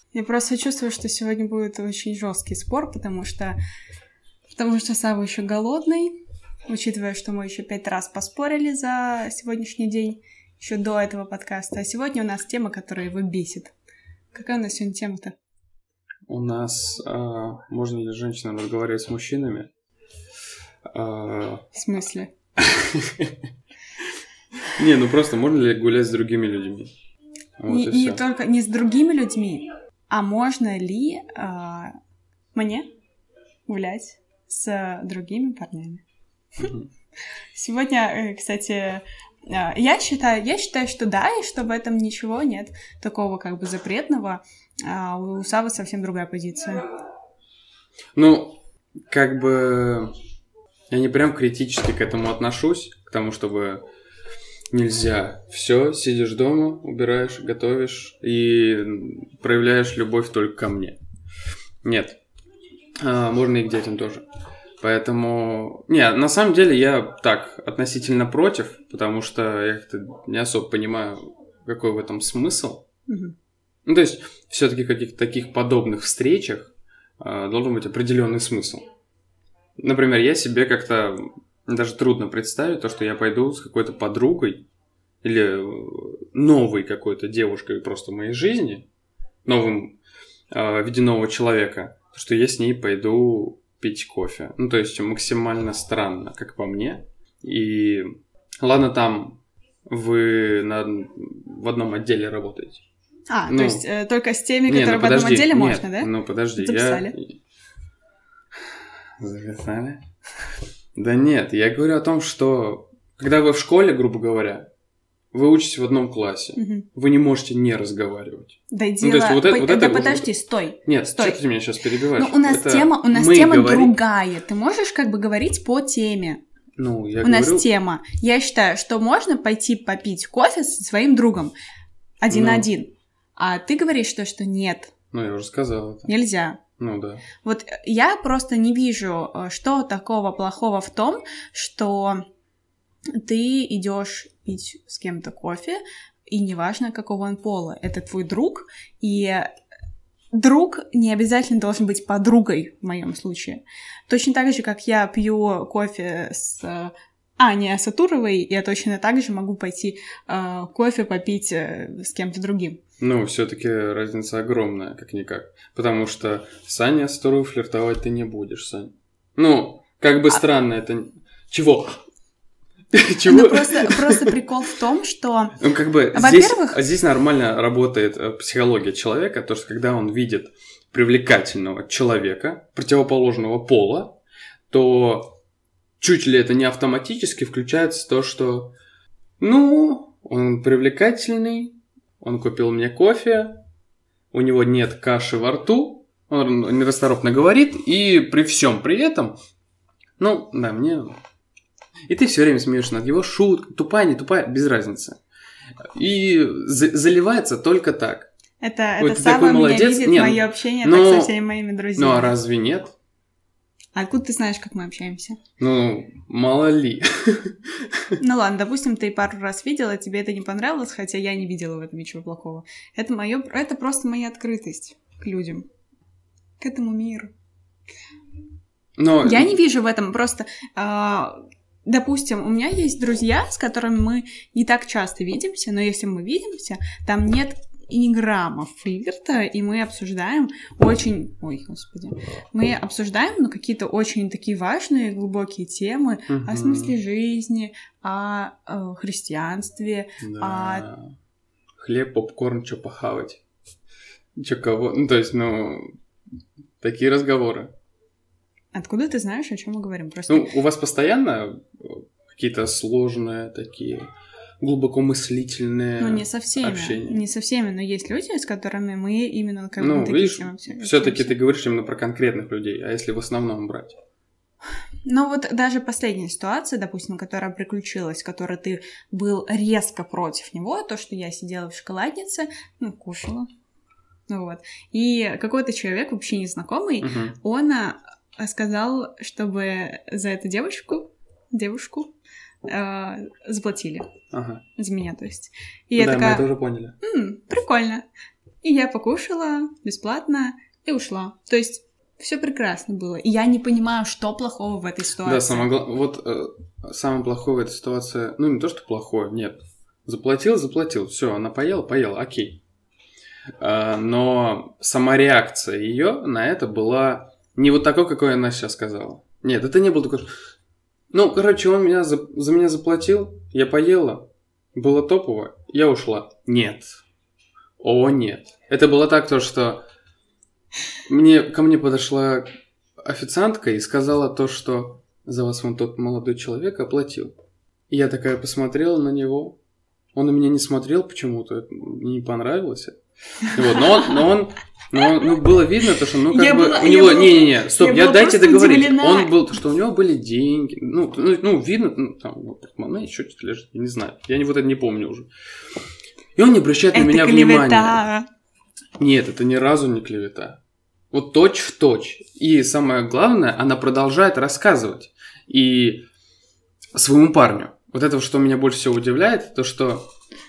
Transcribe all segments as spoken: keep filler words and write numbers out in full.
Я просто чувствую, что сегодня будет очень жесткий спор, потому что, потому что Сава еще голодный, учитывая, что мы еще пять раз поспорили за сегодняшний день, еще до этого подкаста. А сегодня у нас тема, которая его бесит. Какая у нас сегодня тема-то? У нас а, можно ли женщинам разговаривать с мужчинами? А... В смысле? Не, ну просто можно ли гулять с другими людьми? Вот не, и не всё. только не с другими людьми, а можно ли а, мне гулять с другими парнями? Мгм. Сегодня, кстати, я считаю, я считаю, что да, и что в этом ничего нет такого как бы запретного. А у Савы совсем другая позиция. Ну, как бы я не прям критически к этому отношусь, к тому, чтобы нельзя. Все, сидишь дома, убираешь, готовишь и проявляешь любовь только ко мне. Нет. А, можно и к детям тоже. Поэтому... Не, на самом деле я так, относительно против, потому что я как-то не особо понимаю, какой в этом смысл. Угу. Ну, то есть, все-таки в каких-то таких подобных встречах а, должен быть определенный смысл. Например, я себе как-то даже трудно представить то, что я пойду с какой-то подругой или новой какой-то девушкой просто в моей жизни, новым э, в виде нового человека, что я с ней пойду пить кофе. Ну, то есть максимально странно, как по мне. И ладно, там вы на, в одном отделе работаете. А, ну, то есть э, только с теми, не, которые ну, в одном подожди, отделе нет, можно, да? Ну, подожди, Записали. я... Записали? Да нет, я говорю о том, что когда вы в школе, грубо говоря, вы учитесь в одном классе, Угу. вы не можете не разговаривать. Да, Ну, то есть вот По- это- вот да это- подожди, стой. Нет, Стой. что ты меня сейчас перебиваешь? Ну, у нас Это тема, у нас мы тема говорим- другая. Ты можешь как бы говорить по теме. Ну, я У говорю... нас тема. Я считаю, что можно пойти попить кофе со своим другом один на Ну. один. А ты говоришь, что, что нет, Ну, я уже сказал это. нельзя. Ну, да. Вот я просто не вижу, э, что такого плохого в том, что ты идешь пить с кем-то кофе, и неважно, какого он пола. Это твой друг, и друг не обязательно должен быть подругой в моем случае. Точно так же, как я пью кофе с э, Аней Асатуровой, я точно так же могу пойти э, кофе попить э, с кем-то другим. Ну, все-таки разница огромная, как-никак. Потому что с Аней Астуровой флиртовать ты не будешь, Сань. Ну, как бы А- странно это... Чего? Чего? Ну, просто, просто прикол в том, что... Ну, как бы здесь, Во-первых- здесь нормально работает э, психология человека, то, что когда он видит привлекательного человека противоположного пола, то чуть ли это не автоматически включается то, что ну, он привлекательный, он купил мне кофе, у него нет каши во рту, он нерасторопно говорит, и при всем при этом, ну, да, мне... И ты все время смеешься над его шуткой, тупая, не тупая, без разницы. И за- заливается только так. Это, Ой, это ты Сава такой меня молодец. видит, Не, мое общение ну- так со всеми моими друзьями. Ну, а разве нет? А откуда ты знаешь, как мы общаемся? Ну, мало ли. Ну ладно, допустим, ты пару раз видела, тебе это не понравилось, хотя я не видела в этом ничего плохого. Это моё, это просто моя открытость к людям, к этому миру. Но... Я не вижу в этом просто... а, допустим, у меня есть друзья, с которыми мы не так часто видимся, но если мы видимся, там нет и ни грамма флирта, и мы обсуждаем очень... Ой, господи. Мы обсуждаем, ну, какие-то очень такие важные, глубокие темы Мгм. о смысле жизни, о, э, христианстве, Да. Хлеб, попкорн, что похавать. Че кого? Ну, то есть, ну, такие разговоры. Откуда ты знаешь, о чем мы говорим? Просто... Ну, у вас постоянно какие-то сложные такие глубоко мыслительные Ну, не со всеми, общения? не со всеми, но есть люди, с которыми мы именно как бы Ну, такие видишь, темы общаемся. все-таки ты говоришь именно про конкретных людей, а если в основном брать? Ну, вот даже последняя ситуация, допустим, которая приключилась, которой ты был резко против него, то, что я сидела в шоколаднице, ну, кушала, ну вот, и какой-то человек, вообще незнакомый, Мгм. он а, сказал, чтобы за эту девушку, девушку э, заплатили. Ага. За меня, то есть. И Ну я да, такая, мы это уже поняли. «М, прикольно. И я покушала бесплатно и ушла. То есть все прекрасно было. И я не понимаю, что плохого в этой ситуации. Да, самое главное, вот э, самое плохое в этой ситуации, ну не то, что плохое, нет. Заплатил, заплатил, все, она поела, поела, окей. А, но сама реакция ее на это была не вот такой, какой она сейчас сказала. Нет, это не было такое. Ну, короче, он меня за, за меня заплатил, я поела, было топово, я ушла. Нет. О, нет. Это было так, то, что мне, ко мне подошла официантка и сказала то, что за вас вон тот молодой человек оплатил. И я такая посмотрела на него. Он на меня не смотрел почему-то, мне не понравилось. Вот, но он, но он, но он, ну, было видно то, что, ну, как я бы, была, у него, была, не-не-не, стоп, я, я дайте договорить. удивлена. Он был, что у него были деньги, ну, ну, ну видно, ну, там, ну, портмоне, еще что-то лежит, я не знаю, я не, вот это не помню уже. И он не обращает это на меня клевета. внимания. Нет, это ни разу не клевета. Вот точь в точь. И самое главное, она продолжает рассказывать. И своему парню. Вот это, что меня больше всего удивляет, то, что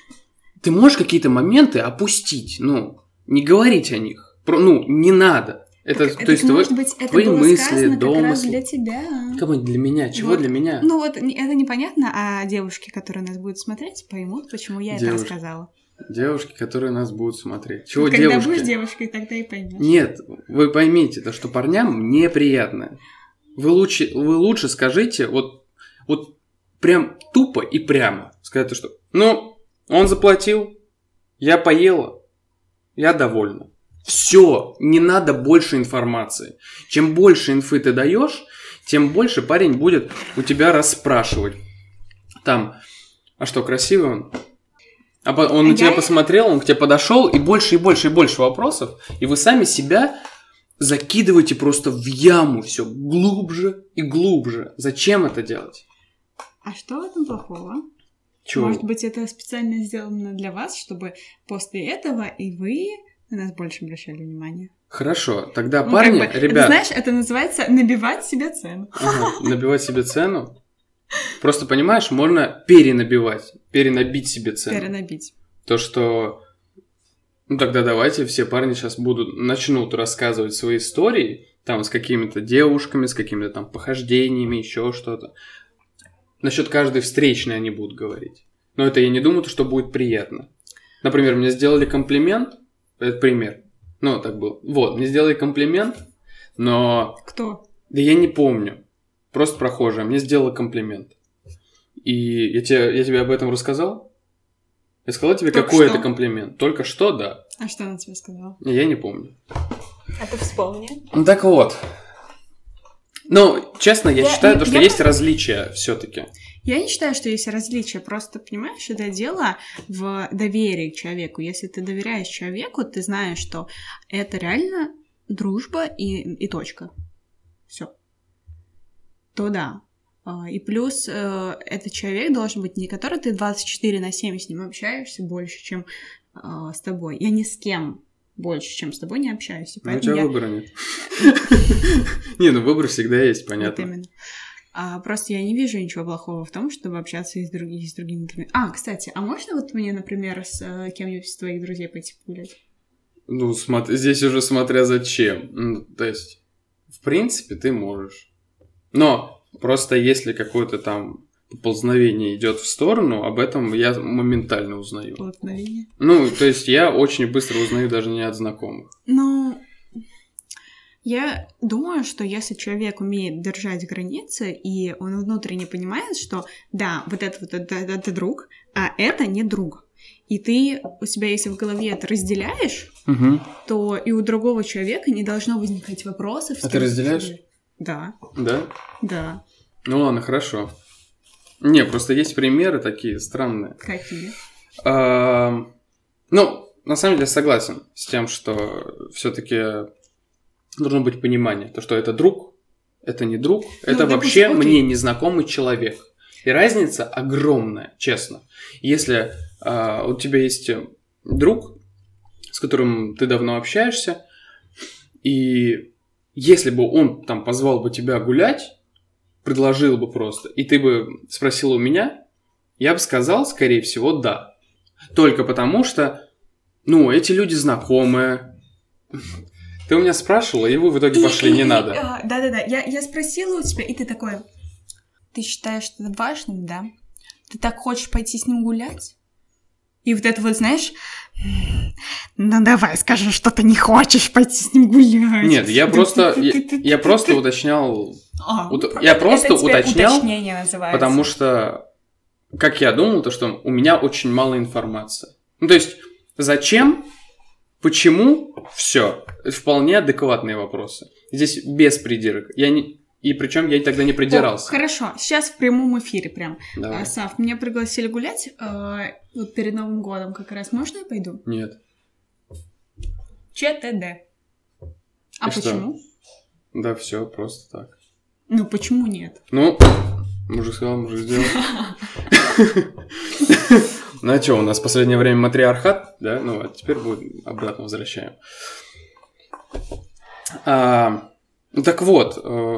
ты можешь какие-то моменты опустить, ну, не говорить о них. Про, ну, не надо. Это, так, то это, есть, может твои, быть, это твои было мысли, как раз домыслы. для тебя. Кому для меня? Чего вот. для меня? Ну вот, это непонятно, а девушки, которые нас будут смотреть, поймут, почему я Девушки. это рассказала. Девушки, которые нас будут смотреть. Чего Когда девушки? будешь девушкой, тогда и поймешь. Нет, вы поймите, то, что парням неприятно. Вы лучше, вы лучше скажите, вот, вот прям тупо и прямо. Сказать то, что, ну, он заплатил, я поела, я довольна. Все, не надо больше информации. Чем больше инфы ты даешь, тем больше парень будет у тебя расспрашивать. Там, а что, красивый он? А он на я... тебя посмотрел, он к тебе подошел, и больше, и больше, и больше вопросов. И вы сами себя закидываете просто в яму все глубже и глубже. Зачем это делать? А что в этом плохого? Чего? Может быть, это специально сделано для вас, чтобы после этого и вы на нас больше обращали внимание? Хорошо, тогда ну, парни, как бы, ребят... Это, знаешь, это называется набивать себе цену. Ага, набивать себе цену? Просто, понимаешь, можно перенабивать, перенабить себе цену. Перенабить. То, что... Ну, тогда давайте все парни сейчас будут, начнут рассказывать свои истории, там, с какими-то девушками, с какими-то там похождениями, еще что-то. Насчет каждой встречной они будут говорить. Но это я не думаю, что будет приятно. Например, мне сделали комплимент, это пример. Ну, так было. Вот, мне сделали комплимент, но... Кто? Да я не помню. Просто прохожая. Мне сделала комплимент. И я тебе, я тебе об этом рассказал? Я сказала тебе, Только какой что? это комплимент? Только что, да. А что она тебе сказала? Я не помню. А ты вспомни. Ну так вот. Ну, честно, я, я считаю, я, что я есть просто... различия все-таки. Я не считаю, что есть различия. Просто, понимаешь, это дело в доверии к человеку. Если ты доверяешь человеку, ты знаешь, что это реально дружба и, и точка. Все. То да. И плюс э, этот человек должен быть не который ты двадцать четыре на семь с ним общаешься больше, чем э, с тобой. Я ни с кем больше, чем с тобой не общаюсь. Ну, у тебя я... выбора нет. Не, ну выбор всегда есть, понятно. Вот именно. А, просто я не вижу ничего плохого в том, чтобы общаться и с, други, и с другими людьми. А, кстати, а можно вот мне, например, с э, кем-нибудь из твоих друзей пойти погулять? Ну, смотри, здесь уже смотря зачем. Ну, то есть, в принципе, ты можешь. Но просто если какое-то там поползновение идет в сторону, об этом я моментально узнаю. Поползновение? Ну, то есть, я очень быстро узнаю даже не от знакомых. Ну... Я думаю, что если человек умеет держать границы, и он внутренне понимает, что да, вот это вот это, это друг, а это не друг, и ты у себя, если в голове это разделяешь, угу. то и у другого человека не должно возникать вопросов. А ты разделяешь? Да. Да? Да. Ну ладно, хорошо. Не, просто есть примеры такие странные. Какие? А, ну, на самом деле согласен с тем, что все-таки должно быть понимание, то, что это друг, это не друг, ну, это вообще окей. Мне незнакомый человек. И разница огромная, честно. Если а, у тебя есть друг, с которым ты давно общаешься, и если бы он там позвал бы тебя гулять, предложил бы просто, и ты бы спросил у меня, я бы сказал, скорее всего, да. Только потому что Ну, эти люди знакомые. Ты у меня спрашивала, и вы в итоге И- пошли, и- не и- надо. а, Да-да-да, я, я спросила у тебя, и ты такой, ты считаешь это важным, да? Ты так хочешь пойти с ним гулять? И вот это вот, знаешь, ну давай, скажи, что ты не хочешь пойти с ним гулять. Нет, я просто, я, я просто уточнял, А, ут- я просто это теперь уточнял, уточнение называется. потому что, как я думал, то что у меня очень мало информации. Ну, то есть, зачем, почему, все, вполне адекватные вопросы. Здесь без придирок. Я не... И причем я тогда не придирался. О, хорошо, сейчас в прямом эфире прям. Давай. А, Сав, меня пригласили гулять э, вот перед Новым годом как раз. Можно я пойду? Нет. ЧТД. А И что? почему? Да, все, просто так. Ну, почему нет? Ну, мужик сказал, мужик сделал. Ну а что, у нас в последнее время матриархат, да? Ну, а теперь будет обратно возвращаем. А, ну, так вот,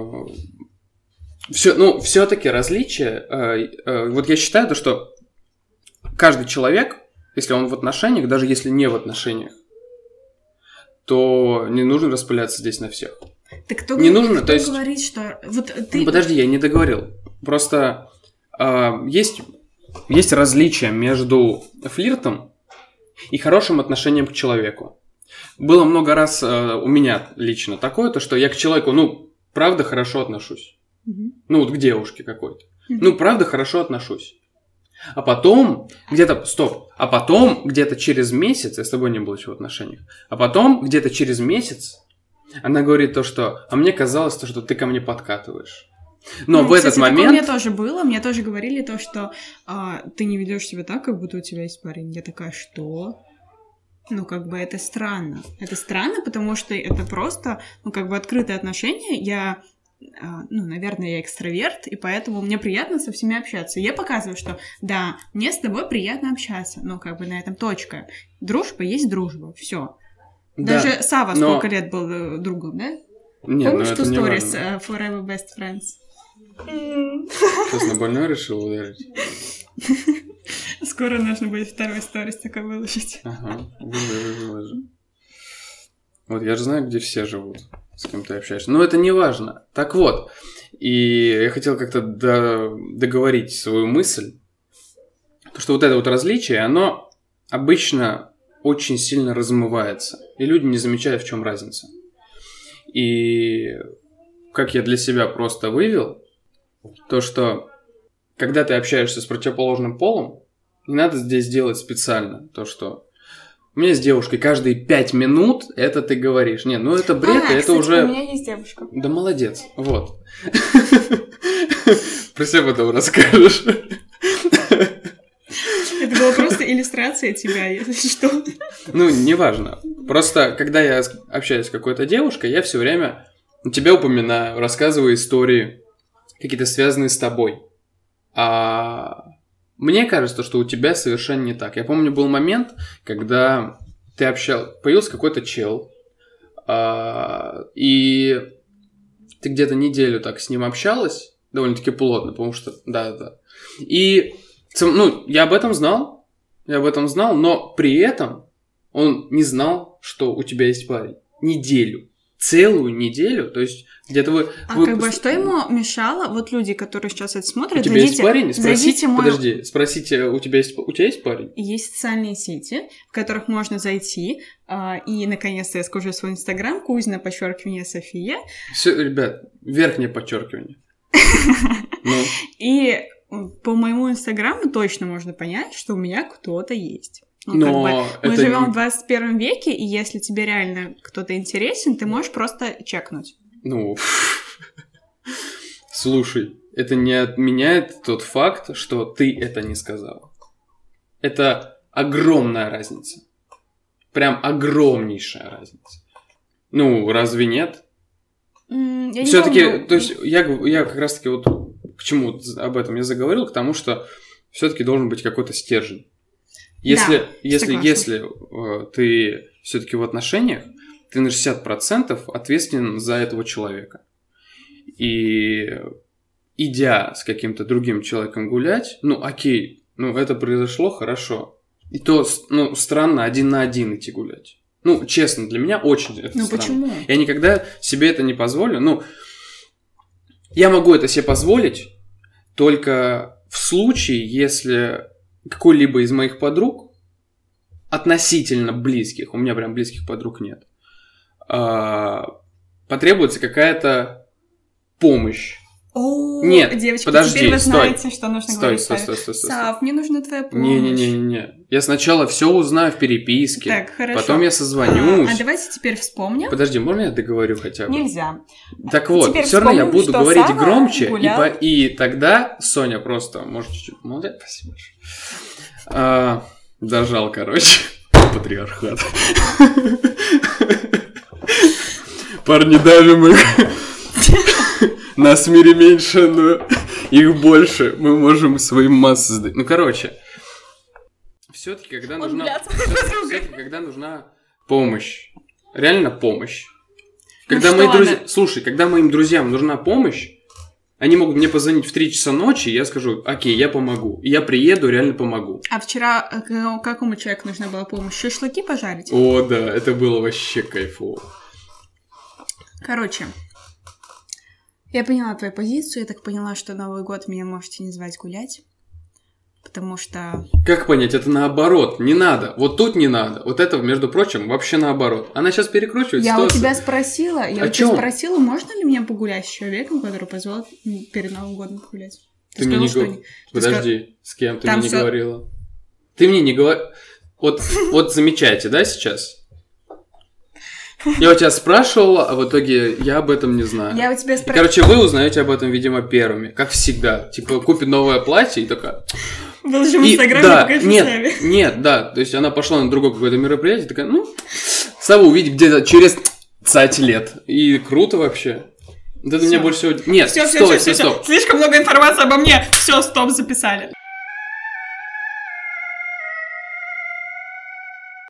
все, ну, все-таки различия, э, э, вот я считаю, то, что каждый человек, если он в отношениях, даже если не в отношениях, то не нужно распыляться здесь на всех. Так кто, Не говорит, нужно, кто то есть- говорит, что... Вот ты... Ну, подожди, я не договорил. Просто э, есть, есть различия между флиртом и хорошим отношением к человеку. Было много раз э, у меня лично такое, то что я к человеку, ну, правда, хорошо отношусь. Мгм. Ну, вот к девушке какой-то. Мгм. Ну, правда, хорошо отношусь. А потом, где-то, стоп, а потом, где-то через месяц, я с тобой не был еще в отношениях, а потом, где-то через месяц, она говорит то, что, а мне казалось, то, что ты ко мне подкатываешь. Но Ну, в кстати, этот такое момент... у меня тоже было. Мне тоже говорили то, что а, ты не ведешь себя так, как будто у тебя есть парень. Я такая, что? Ну, как бы это странно. Это странно, потому что это просто, ну, как бы открытые отношения. Я, а, ну, наверное, я экстраверт, и поэтому мне приятно со всеми общаться. Я показываю, что да, мне с тобой приятно общаться, но как бы на этом точка. Дружба есть дружба, все. Да, Даже Сава но- сколько лет был э, другом, да? Нет, Помнишь ну ту это не сторис важно. э, Forever Best Friends? Сейчас на больной решил ударить. Скоро нужно будет второй сторис такой выложить. Ага, выложи, выложи. Вот я же знаю, где все живут, с кем ты общаешься. Но это не важно. Так вот, и я хотел как-то до- договорить свою мысль, то, что вот это вот различие, оно обычно очень сильно размывается, и люди не замечают, в чем разница. И как я для себя просто вывел, то, что когда ты общаешься с противоположным полом, не надо здесь делать специально то, что у меня с девушкой каждые пять минут это ты говоришь. Нет, ну это бред, А, и это кстати, уже... у меня есть девушка. Да молодец, вот. Про себя потом расскажешь. Это была просто иллюстрация тебя, если что. Ну, неважно. Просто, когда я с- общаюсь с какой-то девушкой, я все время тебя упоминаю, рассказываю истории, какие-то связанные с тобой. А мне кажется, что у тебя совершенно не так. Я помню, был момент, когда ты общал, появился какой-то чел, а, и ты где-то неделю так с ним общалась, довольно-таки плотно, потому что, да-да. И, цем- ну, я об этом знал, я об этом знал, но при этом он не знал, что у тебя есть парень. Неделю. Целую неделю, то есть где-то вы... А вы- как бы что ему мешало? Вот люди, которые сейчас это У смотрят, тебя есть зайдите, парень? Спросите, зайдите мой... подожди, спросите, у тебя есть, у тебя есть парень? Есть социальные сети, в которых можно зайти, а, и, наконец-то, я скажу свой инстаграм, Кузина, подчеркивание, София, Все, ребят, верхнее подчеркивание. Ну, и м, по моему инстаграму точно можно понять, что у меня кто-то есть. Ну, но как бы, мы это живем не- в двадцать первом веке, и если тебе реально кто-то интересен, ты можешь просто чекнуть. Ну, слушай, это не отменяет тот факт, что ты это не сказал. Это огромная разница. Прям огромнейшая разница. Ну, разве нет? М, я не Все-таки, помню. то есть, я, г- я как раз-таки вот к чему об этом я заговорил, к тому, что все-таки должен быть какой-то стержень. Если, Да, если, согласна. если э, ты все-таки в отношениях, ты на шестьдесят процентов ответственен за этого человека. И идя с каким-то другим человеком гулять, ну окей, ну это произошло, хорошо. И то, ну, странно один на один идти гулять. Ну, честно, для меня очень это ну, странно. Почему? Я никогда себе это не позволю. Ну, я могу это себе позволить только в случае, если какой-либо из моих подруг, относительно близких, у меня прям близких подруг нет, потребуется какая-то помощь. О, нет, девочки, подожди, теперь вы стой, знаете, что нужно стой, говорить. Стой, стой, стой, стой, стой. Сав, мне нужна твоя помощь. Не-не-не-не. Я сначала все узнаю в переписке. Так, хорошо. Потом я созвонюсь. А, а давайте теперь вспомним. Подожди, можно я договорю хотя бы? Нельзя. Так вот, теперь все равно я буду говорить Сава громче, и, гулял... по... и тогда Соня просто может чуть-чуть помолчать. Спасибо большое. А, дожал, короче. Патриархат. Парни, давим их. Нас в мире меньше, но их больше. Мы можем свои массы сдать. Ну, короче. Все-таки, когда Он нужна... блядь, Все-таки, когда нужна помощь. Реально помощь. Когда ну мои что друзья... она? Слушай, когда моим друзьям нужна помощь, они могут мне позвонить в три часа ночи, и я скажу, окей, я помогу. И я приеду, реально помогу. А вчера э, какому человеку нужна была помощь? Шашлыки пожарить? О, да, это было вообще кайфово. Короче, я поняла твою позицию. Я так поняла, что Новый год меня можете не звать гулять. Потому что... Как понять? Это наоборот. Не надо. Вот тут не надо. Вот это, между прочим, вообще наоборот. Она сейчас перекручивает Я ситуацию. у тебя спросила, я О у тебя чем? спросила, можно ли мне погулять с человеком, который позвал перед Новым годом погулять? Ты, ты мне не говорила. Подожди, сказал... с кем ты Там мне не всё... говорила? Ты мне не говорила. Вот, вот замечайте, да, сейчас? Я у тебя спрашивала, а в итоге я об этом не знаю. Я у тебя спрашивала. Короче, вы узнаете об этом, видимо, первыми. Как всегда. Типа, купит новое платье и такая... Выложим в И, Инстаграме, да, покажи нет, сами. нет, да. То есть она пошла на другое какое-то мероприятие, такая, ну, Саву увидеть где-то через цать лет. И круто вообще. Вот это Всё. мне больше всего... Нет, Все, стой, все, стой, все, стоп. Слишком много информации обо мне. Все, стоп, записали.